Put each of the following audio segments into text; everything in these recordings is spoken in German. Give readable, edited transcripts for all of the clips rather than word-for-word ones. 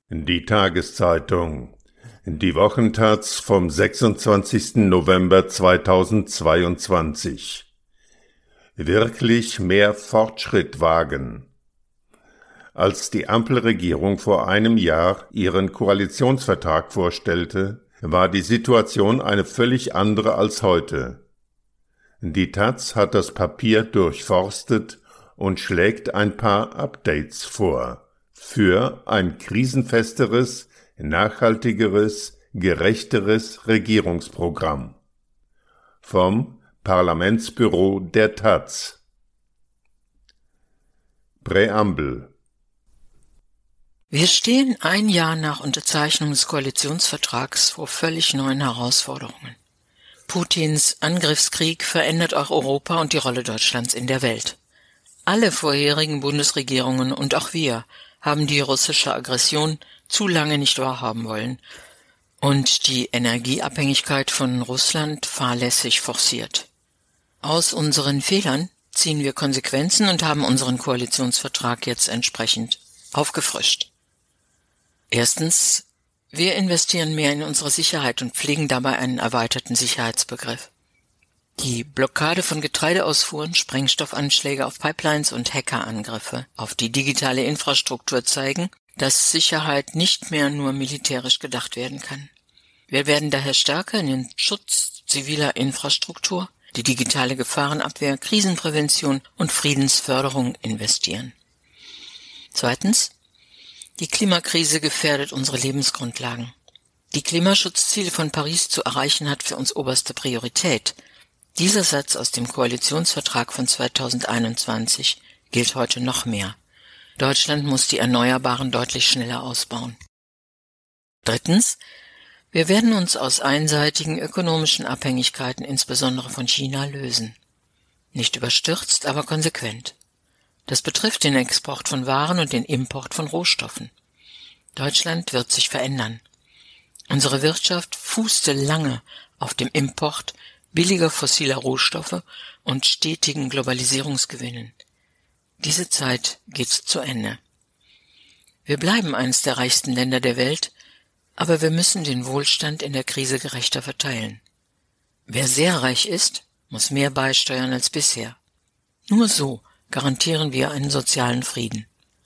Die Tageszeitung. Die Wochentaz vom 26. November 2022. Wirklich mehr Fortschritt wagen. Als die Ampelregierung vor einem Jahr ihren Koalitionsvertrag vorstellte, war die Situation eine völlig andere als heute. Die Taz hat das Papier durchforstet und schlägt ein paar Updates vor für ein krisenfesteres, nachhaltigeres, gerechteres Regierungsprogramm. Vom Parlamentsbüro der Taz. Präambel. Wir stehen ein Jahr nach Unterzeichnung des Koalitionsvertrags vor völlig neuen Herausforderungen. Putins Angriffskrieg verändert auch Europa und die Rolle Deutschlands in der Welt. Alle vorherigen Bundesregierungen und auch wir haben die russische Aggression zu lange nicht wahrhaben wollen und die Energieabhängigkeit von Russland fahrlässig forciert. Aus unseren Fehlern ziehen wir Konsequenzen und haben unseren Koalitionsvertrag jetzt entsprechend aufgefrischt. Erstens, wir investieren mehr in unsere Sicherheit und pflegen dabei einen erweiterten Sicherheitsbegriff. Die Blockade von Getreideausfuhren, Sprengstoffanschläge auf Pipelines und Hackerangriffe auf die digitale Infrastruktur zeigen, dass Sicherheit nicht mehr nur militärisch gedacht werden kann. Wir werden daher stärker in den Schutz ziviler Infrastruktur, die digitale Gefahrenabwehr, Krisenprävention und Friedensförderung investieren. Zweitens, die Klimakrise gefährdet unsere Lebensgrundlagen. Die Klimaschutzziele von Paris zu erreichen hat für uns oberste Priorität. Dieser Satz aus dem Koalitionsvertrag von 2021 gilt heute noch mehr. Deutschland muss die Erneuerbaren deutlich schneller ausbauen. Drittens, wir werden uns aus einseitigen ökonomischen Abhängigkeiten, insbesondere von China, lösen. Nicht überstürzt, aber konsequent. Das betrifft den Export von Waren und den Import von Rohstoffen. Deutschland wird sich verändern. Unsere Wirtschaft fußte lange auf dem Import billiger fossiler Rohstoffe und stetigen Globalisierungsgewinnen. Diese Zeit geht zu Ende. Wir bleiben eines der reichsten Länder der Welt, aber wir müssen den Wohlstand in der Krise gerechter verteilen. Wer sehr reich ist, muss mehr beisteuern als bisher. Nur so garantieren wir einen sozialen Frieden.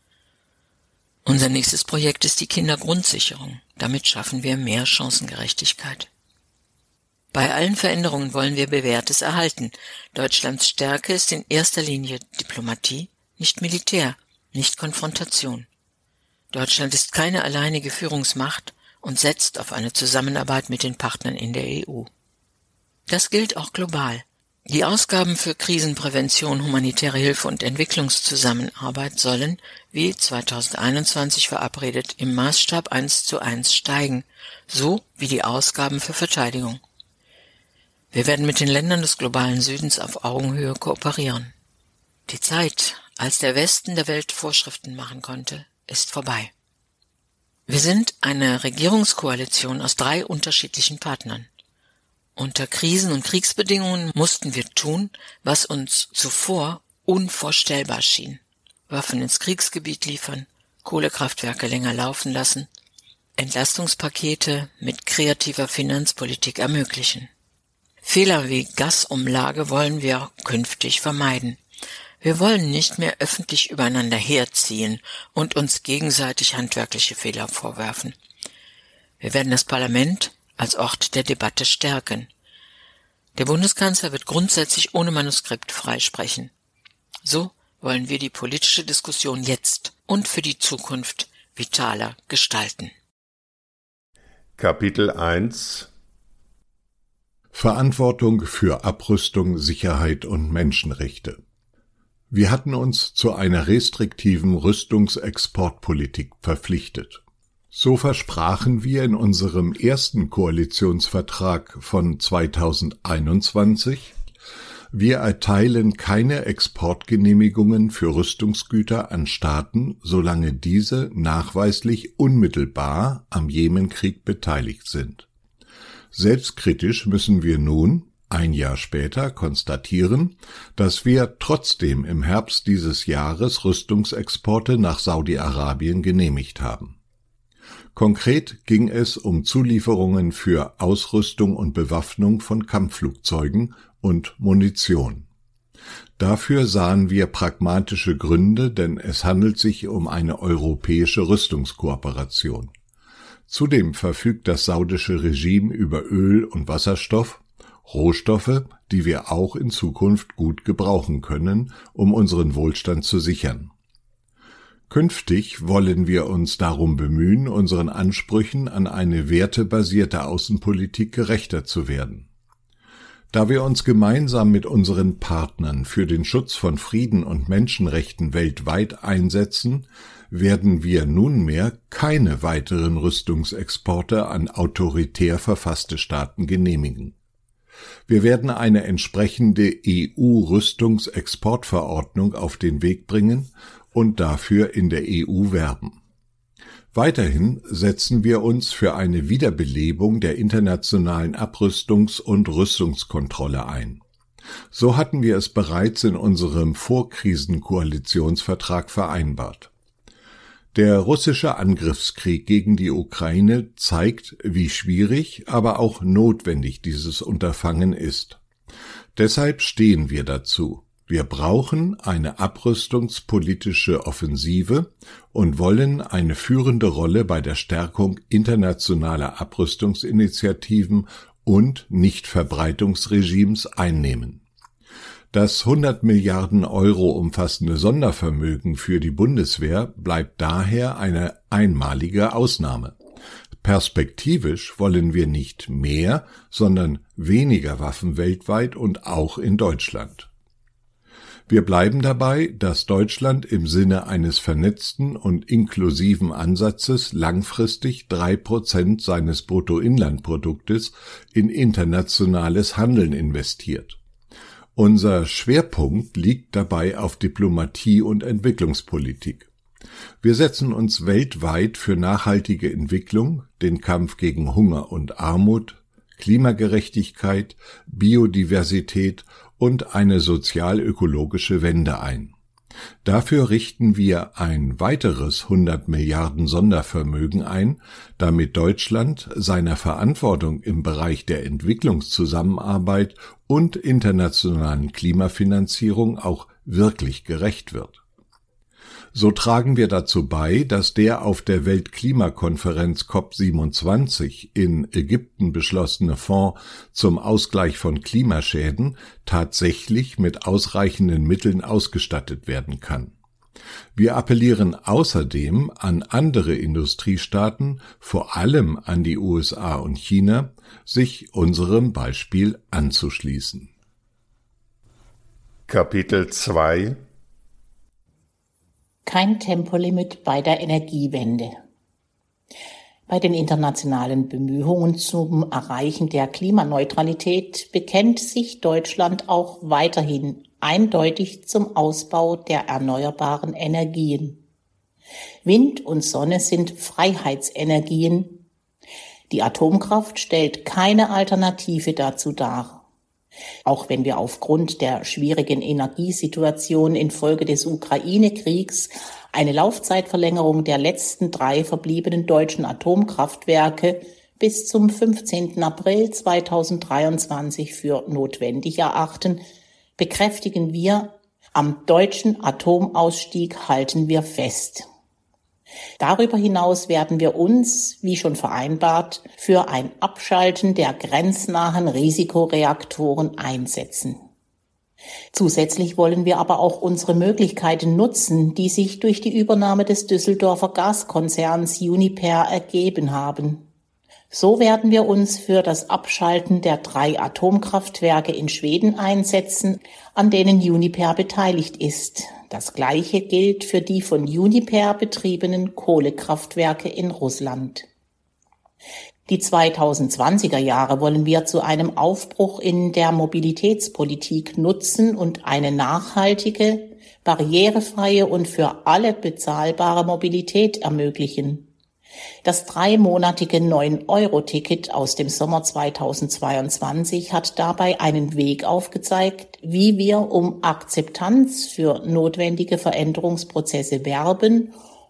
Unser nächstes Projekt ist die Kindergrundsicherung. Damit schaffen wir mehr Chancengerechtigkeit. Bei allen Veränderungen wollen wir Bewährtes erhalten. Deutschlands Stärke ist in erster Linie Diplomatie, nicht Militär, nicht Konfrontation. Deutschland ist keine alleinige Führungsmacht und setzt auf eine Zusammenarbeit mit den Partnern in der EU. Das gilt auch global. Die Ausgaben für Krisenprävention, humanitäre Hilfe und Entwicklungszusammenarbeit sollen, wie 2021 verabredet, im Maßstab 1:1 steigen, so wie die Ausgaben für Verteidigung. Wir werden mit den Ländern des globalen Südens auf Augenhöhe kooperieren. Die Zeit, als der Westen der Welt Vorschriften machen konnte, ist vorbei. Wir sind eine Regierungskoalition aus 3 unterschiedlichen Partnern. Unter Krisen- und Kriegsbedingungen mussten wir tun, was uns zuvor unvorstellbar schien. Waffen ins Kriegsgebiet liefern, Kohlekraftwerke länger laufen lassen, Entlastungspakete mit kreativer Finanzpolitik ermöglichen. Fehler wie Gasumlage wollen wir künftig vermeiden. Wir wollen nicht mehr öffentlich übereinander herziehen und uns gegenseitig handwerkliche Fehler vorwerfen. Wir werden das Parlament als Ort der Debatte stärken. Der Bundeskanzler wird grundsätzlich ohne Manuskript freisprechen. So wollen wir die politische Diskussion jetzt und für die Zukunft vitaler gestalten. Kapitel 1. Verantwortung für Abrüstung, Sicherheit und Menschenrechte. Wir hatten uns zu einer restriktiven Rüstungsexportpolitik verpflichtet. So versprachen wir in unserem ersten Koalitionsvertrag von 2021, wir erteilen keine Exportgenehmigungen für Rüstungsgüter an Staaten, solange diese nachweislich unmittelbar am Jemenkrieg beteiligt sind. Selbstkritisch müssen wir nun, ein Jahr später, konstatieren, dass wir trotzdem im Herbst dieses Jahres Rüstungsexporte nach Saudi-Arabien genehmigt haben. Konkret ging es um Zulieferungen für Ausrüstung und Bewaffnung von Kampfflugzeugen und Munition. Dafür sahen wir pragmatische Gründe, denn es handelt sich um eine europäische Rüstungskooperation. Zudem verfügt das saudische Regime über Öl und Wasserstoff, Rohstoffe, die wir auch in Zukunft gut gebrauchen können, um unseren Wohlstand zu sichern. Künftig wollen wir uns darum bemühen, unseren Ansprüchen an eine wertebasierte Außenpolitik gerechter zu werden. Da wir uns gemeinsam mit unseren Partnern für den Schutz von Frieden und Menschenrechten weltweit einsetzen, werden wir nunmehr keine weiteren Rüstungsexporte an autoritär verfasste Staaten genehmigen. Wir werden eine entsprechende EU-Rüstungsexportverordnung auf den Weg bringen und dafür in der EU werben. Weiterhin setzen wir uns für eine Wiederbelebung der internationalen Abrüstungs- und Rüstungskontrolle ein. So hatten wir es bereits in unserem Vorkrisenkoalitionsvertrag vereinbart. Der russische Angriffskrieg gegen die Ukraine zeigt, wie schwierig, aber auch notwendig dieses Unterfangen ist. Deshalb stehen wir dazu. Wir brauchen eine abrüstungspolitische Offensive und wollen eine führende Rolle bei der Stärkung internationaler Abrüstungsinitiativen und Nichtverbreitungsregimes einnehmen. Das 100 Milliarden Euro umfassende Sondervermögen für die Bundeswehr bleibt daher eine einmalige Ausnahme. Perspektivisch wollen wir nicht mehr, sondern weniger Waffen weltweit und auch in Deutschland. Wir bleiben dabei, dass Deutschland im Sinne eines vernetzten und inklusiven Ansatzes langfristig 3% seines Bruttoinlandproduktes in internationales Handeln investiert. Unser Schwerpunkt liegt dabei auf Diplomatie und Entwicklungspolitik. Wir setzen uns weltweit für nachhaltige Entwicklung, den Kampf gegen Hunger und Armut, Klimagerechtigkeit, Biodiversität und eine sozial-ökologische Wende ein. Dafür richten wir ein weiteres 100 Milliarden Sondervermögen ein, damit Deutschland seiner Verantwortung im Bereich der Entwicklungszusammenarbeit und internationalen Klimafinanzierung auch wirklich gerecht wird. So tragen wir dazu bei, dass der auf der Weltklimakonferenz COP27 in Ägypten beschlossene Fonds zum Ausgleich von Klimaschäden tatsächlich mit ausreichenden Mitteln ausgestattet werden kann. Wir appellieren außerdem an andere Industriestaaten, vor allem an die USA und China, sich unserem Beispiel anzuschließen. Kapitel 2 Kein Tempolimit bei der Energiewende. Bei den internationalen Bemühungen zum Erreichen der Klimaneutralität bekennt sich Deutschland auch weiterhin eindeutig zum Ausbau der erneuerbaren Energien. Wind und Sonne sind Freiheitsenergien. Die Atomkraft stellt keine Alternative dazu dar. Auch wenn wir aufgrund der schwierigen Energiesituation infolge des Ukraine-Kriegs eine Laufzeitverlängerung der letzten 3 verbliebenen deutschen Atomkraftwerke bis zum 15. April 2023 für notwendig erachten, bekräftigen wir, am deutschen Atomausstieg halten wir fest. Darüber hinaus werden wir uns, wie schon vereinbart, für ein Abschalten der grenznahen Risikoreaktoren einsetzen. Zusätzlich wollen wir aber auch unsere Möglichkeiten nutzen, die sich durch die Übernahme des Düsseldorfer Gaskonzerns Uniper ergeben haben. So werden wir uns für das Abschalten der 3 Atomkraftwerke in Schweden einsetzen, an denen Uniper beteiligt ist. Das Gleiche gilt für die von Uniper betriebenen Kohlekraftwerke in Russland. Die 2020er Jahre wollen wir zu einem Aufbruch in der Mobilitätspolitik nutzen und eine nachhaltige, barrierefreie und für alle bezahlbare Mobilität ermöglichen. Das 3-monatige 9-Euro-Ticket aus dem Sommer 2022 hat dabei einen Weg aufgezeigt, wie wir um Akzeptanz für notwendige Veränderungsprozesse werben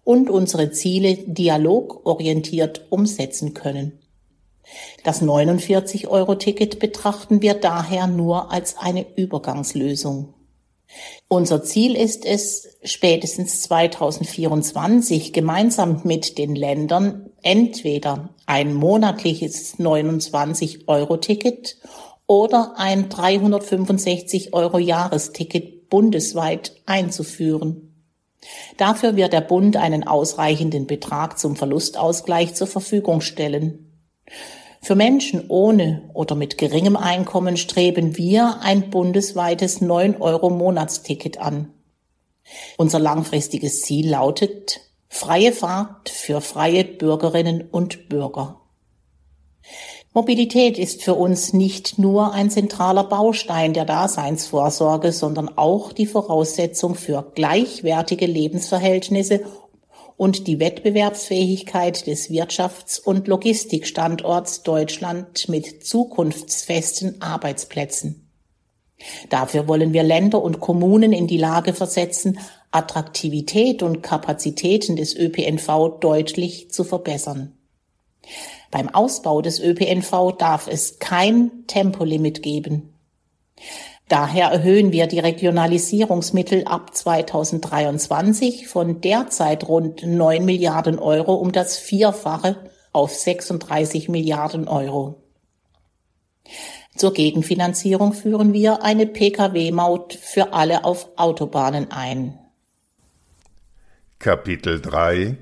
und unsere Ziele dialogorientiert umsetzen können. Das 49-Euro-Ticket betrachten wir daher nur als eine Übergangslösung. Unser Ziel ist es, spätestens 2024 gemeinsam mit den Ländern entweder ein monatliches 29-Euro-Ticket oder ein 365-Euro-Jahresticket bundesweit einzuführen. Dafür wird der Bund einen ausreichenden Betrag zum Verlustausgleich zur Verfügung stellen. Für Menschen ohne oder mit geringem Einkommen streben wir ein bundesweites 9-Euro-Monatsticket an. Unser langfristiges Ziel lautet freie Fahrt für freie Bürgerinnen und Bürger. Mobilität ist für uns nicht nur ein zentraler Baustein der Daseinsvorsorge, sondern auch die Voraussetzung für gleichwertige Lebensverhältnisse und die Wettbewerbsfähigkeit des Wirtschafts- und Logistikstandorts Deutschland mit zukunftsfesten Arbeitsplätzen. Dafür wollen wir Länder und Kommunen in die Lage versetzen, Attraktivität und Kapazitäten des ÖPNV deutlich zu verbessern. Beim Ausbau des ÖPNV darf es kein Tempolimit geben. Daher erhöhen wir die Regionalisierungsmittel ab 2023 von derzeit rund 9 Milliarden Euro um das Vierfache auf 36 Milliarden Euro. Zur Gegenfinanzierung führen wir eine Pkw-Maut für alle auf Autobahnen ein. Kapitel 3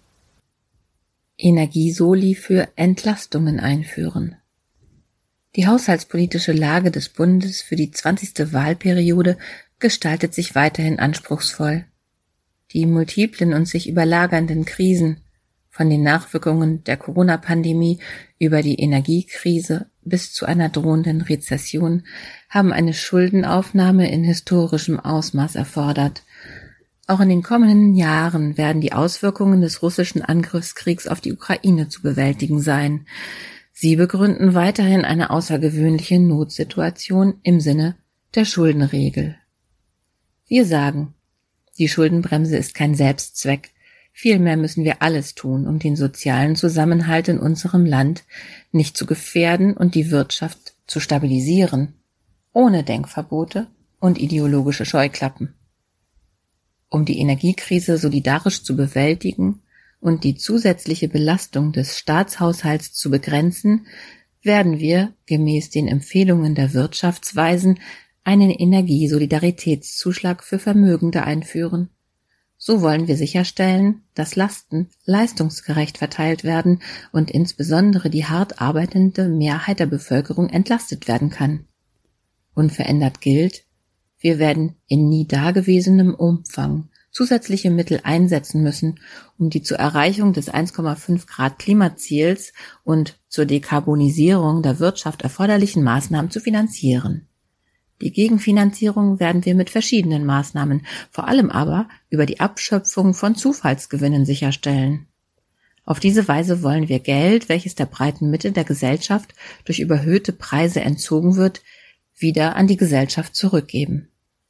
Energiesoli für Entlastungen einführen. Die haushaltspolitische Lage des Bundes für die 20. Wahlperiode gestaltet sich weiterhin anspruchsvoll. Die multiplen und sich überlagernden Krisen, von den Nachwirkungen der Corona-Pandemie über die Energiekrise bis zu einer drohenden Rezession, haben eine Schuldenaufnahme in historischem Ausmaß erfordert. Auch in den kommenden Jahren werden die Auswirkungen des russischen Angriffskriegs auf die Ukraine zu bewältigen sein. Sie begründen weiterhin eine außergewöhnliche Notsituation im Sinne der Schuldenregel. Wir sagen, die Schuldenbremse ist kein Selbstzweck, vielmehr müssen wir alles tun, um den sozialen Zusammenhalt in unserem Land nicht zu gefährden und die Wirtschaft zu stabilisieren, ohne Denkverbote und ideologische Scheuklappen. Um die Energiekrise solidarisch zu bewältigen und die zusätzliche Belastung des Staatshaushalts zu begrenzen, werden wir, gemäß den Empfehlungen der Wirtschaftsweisen, einen Energiesolidaritätszuschlag für Vermögende einführen. So wollen wir sicherstellen, dass Lasten leistungsgerecht verteilt werden und insbesondere die hart arbeitende Mehrheit der Bevölkerung entlastet werden kann. Unverändert gilt, wir werden in nie dagewesenem Umfang zusätzliche Mittel einsetzen müssen, um die zur Erreichung des 1,5 Grad Klimaziels und zur Dekarbonisierung der Wirtschaft erforderlichen Maßnahmen zu finanzieren. Die Gegenfinanzierung werden wir mit verschiedenen Maßnahmen, vor allem aber über die Abschöpfung von Zufallsgewinnen sicherstellen. Auf diese Weise wollen wir Geld, welches der breiten Mitte der Gesellschaft durch überhöhte Preise entzogen wird, wieder an die Gesellschaft zurückgeben.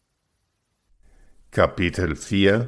Kapitel 4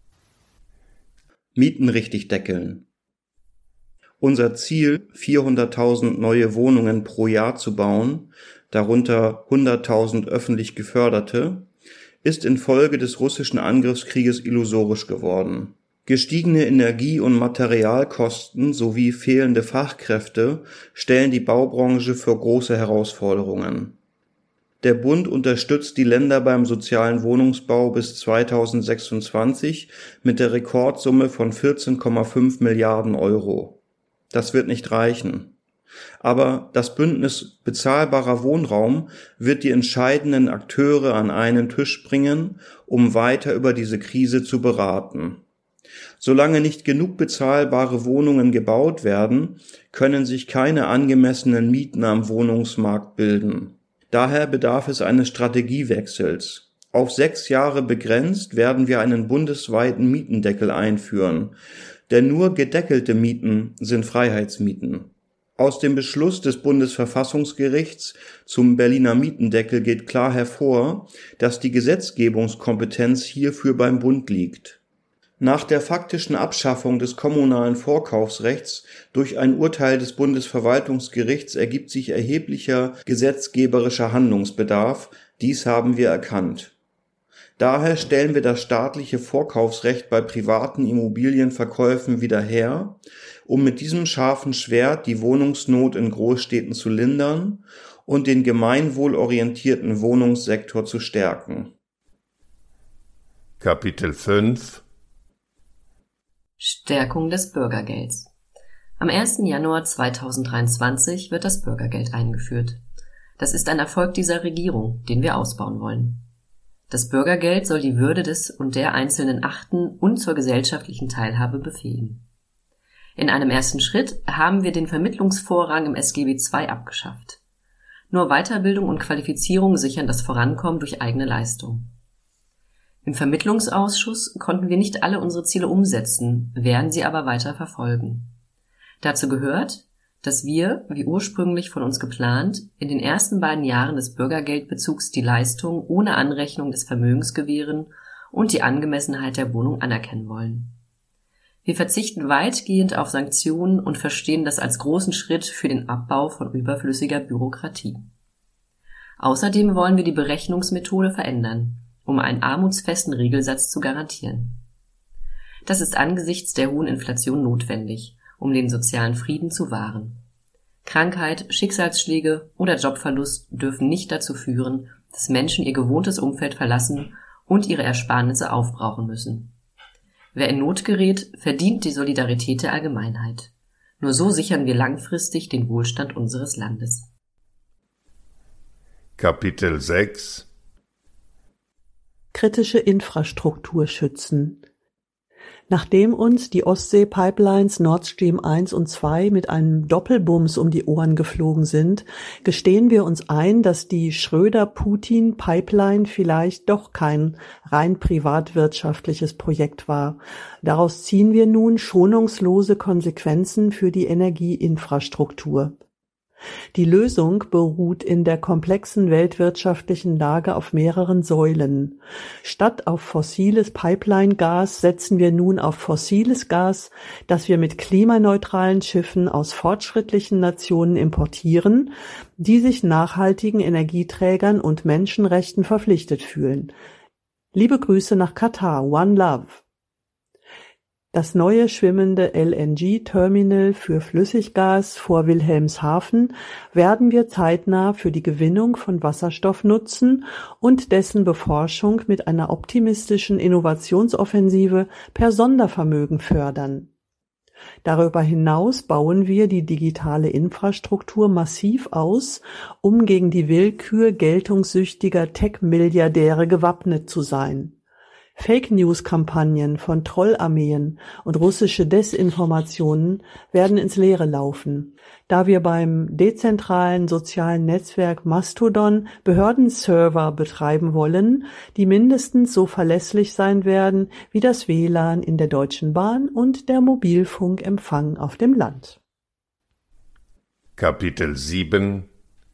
Mieten richtig deckeln. Unser Ziel, 400.000 neue Wohnungen pro Jahr zu bauen, darunter 100.000 öffentlich geförderte, ist infolge des russischen Angriffskrieges illusorisch geworden. Gestiegene Energie- und Materialkosten sowie fehlende Fachkräfte stellen die Baubranche vor große Herausforderungen. Der Bund unterstützt die Länder beim sozialen Wohnungsbau bis 2026 mit der Rekordsumme von 14,5 Milliarden Euro. Das wird nicht reichen. Aber das Bündnis bezahlbarer Wohnraum wird die entscheidenden Akteure an einen Tisch bringen, um weiter über diese Krise zu beraten. Solange nicht genug bezahlbare Wohnungen gebaut werden, können sich keine angemessenen Mieten am Wohnungsmarkt bilden. Daher bedarf es eines Strategiewechsels. Auf 6 Jahre begrenzt werden wir einen bundesweiten Mietendeckel einführen, denn nur gedeckelte Mieten sind Freiheitsmieten. Aus dem Beschluss des Bundesverfassungsgerichts zum Berliner Mietendeckel geht klar hervor, dass die Gesetzgebungskompetenz hierfür beim Bund liegt. Nach der faktischen Abschaffung des kommunalen Vorkaufsrechts durch ein Urteil des Bundesverwaltungsgerichts ergibt sich erheblicher gesetzgeberischer Handlungsbedarf. Dies haben wir erkannt. Daher stellen wir das staatliche Vorkaufsrecht bei privaten Immobilienverkäufen wieder her, um mit diesem scharfen Schwert die Wohnungsnot in Großstädten zu lindern und den gemeinwohlorientierten Wohnungssektor zu stärken. Kapitel 5 Stärkung des Bürgergelds. Am 1. Januar 2023 wird das Bürgergeld eingeführt. Das ist ein Erfolg dieser Regierung, den wir ausbauen wollen. Das Bürgergeld soll die Würde des und der Einzelnen achten und zur gesellschaftlichen Teilhabe befähigen. In einem ersten Schritt haben wir den Vermittlungsvorrang im SGB II abgeschafft. Nur Weiterbildung und Qualifizierung sichern das Vorankommen durch eigene Leistung. Im Vermittlungsausschuss konnten wir nicht alle unsere Ziele umsetzen, werden sie aber weiter verfolgen. Dazu gehört, dass wir, wie ursprünglich von uns geplant, in den ersten beiden Jahren des Bürgergeldbezugs die Leistung ohne Anrechnung des Vermögens gewähren und die Angemessenheit der Wohnung anerkennen wollen. Wir verzichten weitgehend auf Sanktionen und verstehen das als großen Schritt für den Abbau von überflüssiger Bürokratie. Außerdem wollen wir die Berechnungsmethode verändern, um einen armutsfesten Regelsatz zu garantieren. Das ist angesichts der hohen Inflation notwendig, um den sozialen Frieden zu wahren. Krankheit, Schicksalsschläge oder Jobverlust dürfen nicht dazu führen, dass Menschen ihr gewohntes Umfeld verlassen und ihre Ersparnisse aufbrauchen müssen. Wer in Not gerät, verdient die Solidarität der Allgemeinheit. Nur so sichern wir langfristig den Wohlstand unseres Landes. Kapitel 6 Kritische Infrastruktur schützen. Nachdem uns die Ostsee-Pipelines Nord Stream 1 und 2 mit einem Doppelbums um die Ohren geflogen sind, gestehen wir uns ein, dass die Schröder-Putin-Pipeline vielleicht doch kein rein privatwirtschaftliches Projekt war. Daraus ziehen wir nun schonungslose Konsequenzen für die Energieinfrastruktur. Die Lösung beruht in der komplexen weltwirtschaftlichen Lage auf mehreren Säulen. Statt auf fossiles Pipeline-Gas setzen wir nun auf fossiles Gas, das wir mit klimaneutralen Schiffen aus fortschrittlichen Nationen importieren, die sich nachhaltigen Energieträgern und Menschenrechten verpflichtet fühlen. Liebe Grüße nach Katar, One Love. Das neue schwimmende LNG-Terminal für Flüssiggas vor Wilhelmshaven werden wir zeitnah für die Gewinnung von Wasserstoff nutzen und dessen Beforschung mit einer optimistischen Innovationsoffensive per Sondervermögen fördern. Darüber hinaus bauen wir die digitale Infrastruktur massiv aus, um gegen die Willkür geltungssüchtiger Tech-Milliardäre gewappnet zu sein. Fake-News-Kampagnen von Trollarmeen und russische Desinformationen werden ins Leere laufen, da wir beim dezentralen sozialen Netzwerk Mastodon Behördenserver betreiben wollen, die mindestens so verlässlich sein werden wie das WLAN in der Deutschen Bahn und der Mobilfunkempfang auf dem Land. Kapitel 7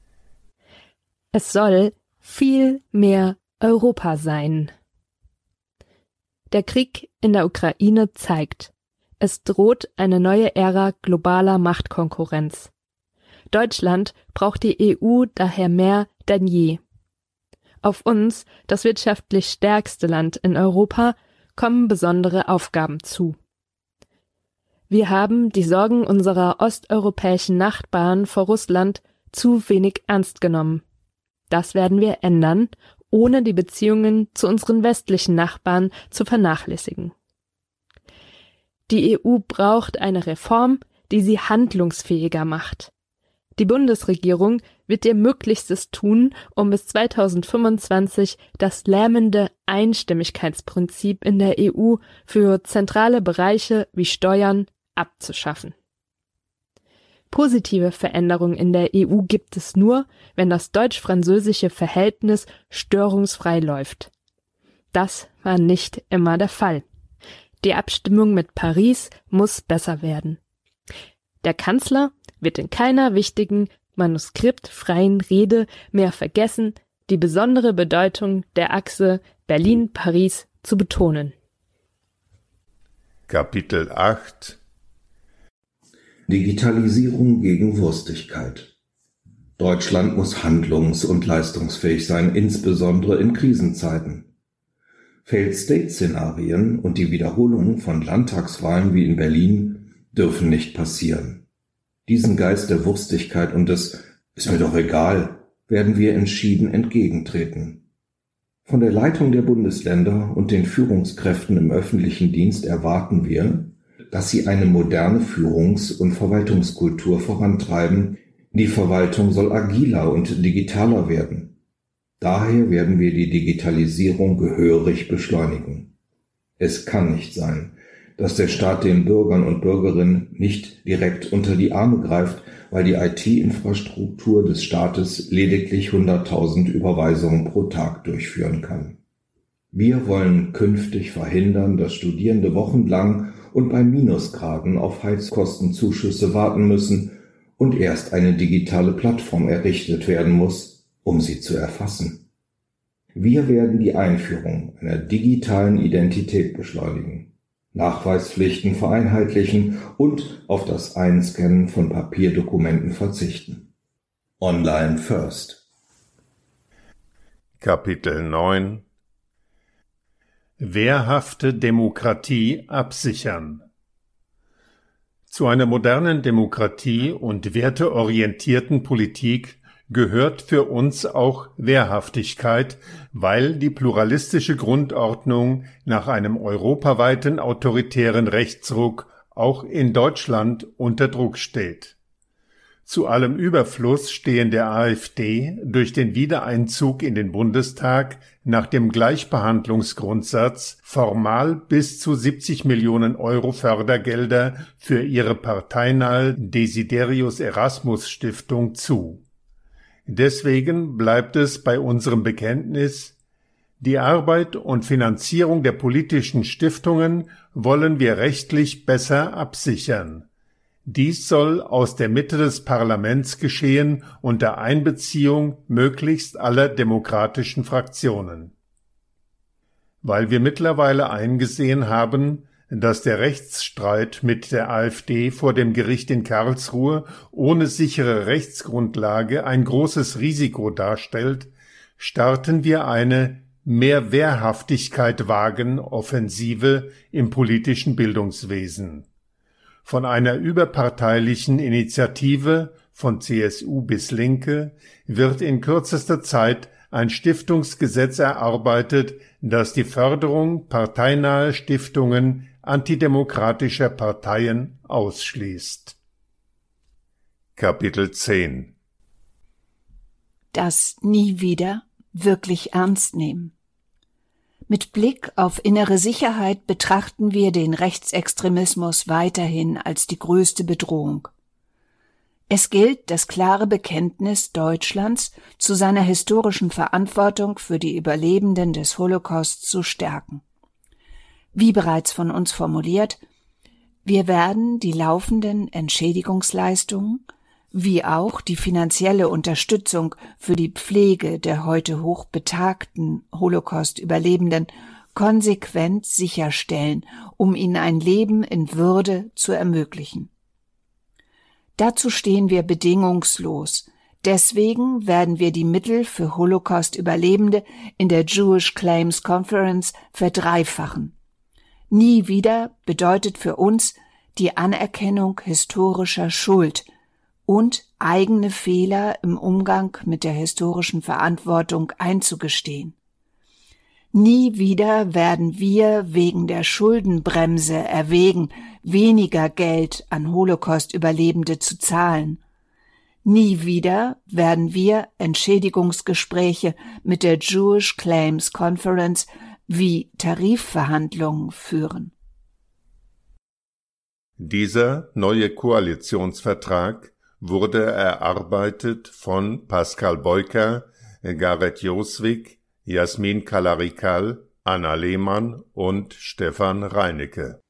Es soll viel mehr Europa sein. Der Krieg in der Ukraine zeigt, es droht eine neue Ära globaler Machtkonkurrenz. Deutschland braucht die EU daher mehr denn je. Auf uns, das wirtschaftlich stärkste Land in Europa, kommen besondere Aufgaben zu. Wir haben die Sorgen unserer osteuropäischen Nachbarn vor Russland zu wenig ernst genommen. Das werden wir ändern, ohne die Beziehungen zu unseren westlichen Nachbarn zu vernachlässigen. Die EU braucht eine Reform, die sie handlungsfähiger macht. Die Bundesregierung wird ihr Möglichstes tun, um bis 2025 das lähmende Einstimmigkeitsprinzip in der EU für zentrale Bereiche wie Steuern abzuschaffen. Positive Veränderungen in der EU gibt es nur, wenn das deutsch-französische Verhältnis störungsfrei läuft. Das war nicht immer der Fall. Die Abstimmung mit Paris muss besser werden. Der Kanzler wird in keiner wichtigen, manuskriptfreien Rede mehr vergessen, die besondere Bedeutung der Achse Berlin-Paris zu betonen. Kapitel 8 Digitalisierung gegen Wurstigkeit. Deutschland muss handlungs- und leistungsfähig sein, insbesondere in Krisenzeiten. Failed-State-Szenarien und die Wiederholung von Landtagswahlen wie in Berlin dürfen nicht passieren. Diesen Geist der Wurstigkeit und des »Ist mir doch egal« werden wir entschieden entgegentreten. Von der Leitung der Bundesländer und den Führungskräften im öffentlichen Dienst erwarten wir, dass sie eine moderne Führungs- und Verwaltungskultur vorantreiben. Die Verwaltung soll agiler und digitaler werden. Daher werden wir die Digitalisierung gehörig beschleunigen. Es kann nicht sein, dass der Staat den Bürgern und Bürgerinnen nicht direkt unter die Arme greift, weil die IT-Infrastruktur des Staates lediglich 100.000 Überweisungen pro Tag durchführen kann. Wir wollen künftig verhindern, dass Studierende wochenlang und bei Minusgraden auf Heizkostenzuschüsse warten müssen und erst eine digitale Plattform errichtet werden muss, um sie zu erfassen. Wir werden die Einführung einer digitalen Identität beschleunigen, Nachweispflichten vereinheitlichen und auf das Einscannen von Papierdokumenten verzichten. Online first. Kapitel 9 Wehrhafte Demokratie absichern. Zu einer modernen Demokratie und werteorientierten Politik gehört für uns auch Wehrhaftigkeit, weil die pluralistische Grundordnung nach einem europaweiten autoritären Rechtsruck auch in Deutschland unter Druck steht. Zu allem Überfluss stehen der AfD durch den Wiedereinzug in den Bundestag nach dem Gleichbehandlungsgrundsatz formal bis zu 70 Millionen Euro Fördergelder für ihre parteinahe Desiderius Erasmus Stiftung zu. Deswegen bleibt es bei unserem Bekenntnis: Die Arbeit und Finanzierung der politischen Stiftungen wollen wir rechtlich besser absichern. Dies soll aus der Mitte des Parlaments geschehen unter Einbeziehung möglichst aller demokratischen Fraktionen. Weil wir mittlerweile eingesehen haben, dass der Rechtsstreit mit der AfD vor dem Gericht in Karlsruhe ohne sichere Rechtsgrundlage ein großes Risiko darstellt, starten wir eine Mehr Wehrhaftigkeit wagen Offensive im politischen Bildungswesen. Von einer überparteilichen Initiative von CSU bis Linke wird in kürzester Zeit ein Stiftungsgesetz erarbeitet, das die Förderung parteinaher Stiftungen antidemokratischer Parteien ausschließt. Kapitel 10 Das nie wieder wirklich ernst nehmen. Mit Blick auf innere Sicherheit betrachten wir den Rechtsextremismus weiterhin als die größte Bedrohung. Es gilt, das klare Bekenntnis Deutschlands zu seiner historischen Verantwortung für die Überlebenden des Holocaust zu stärken. Wie bereits von uns formuliert, wir werden die laufenden Entschädigungsleistungen wie auch die finanzielle Unterstützung für die Pflege der heute hochbetagten Holocaust-Überlebenden konsequent sicherstellen, um ihnen ein Leben in Würde zu ermöglichen. Dazu stehen wir bedingungslos. Deswegen werden wir die Mittel für Holocaust-Überlebende in der Jewish Claims Conference verdreifachen. Nie wieder bedeutet für uns die Anerkennung historischer Schuld und eigene Fehler im Umgang mit der historischen Verantwortung einzugestehen. Nie wieder werden wir wegen der Schuldenbremse erwägen, weniger Geld an Holocaust-Überlebende zu zahlen. Nie wieder werden wir Entschädigungsgespräche mit der Jewish Claims Conference wie Tarifverhandlungen führen. Dieser neue Koalitionsvertrag wurde erarbeitet von Pascal Beuker, Gareth Joswig, Jasmin Kalarikal, Anna Lehmann und Stefan Reinecke.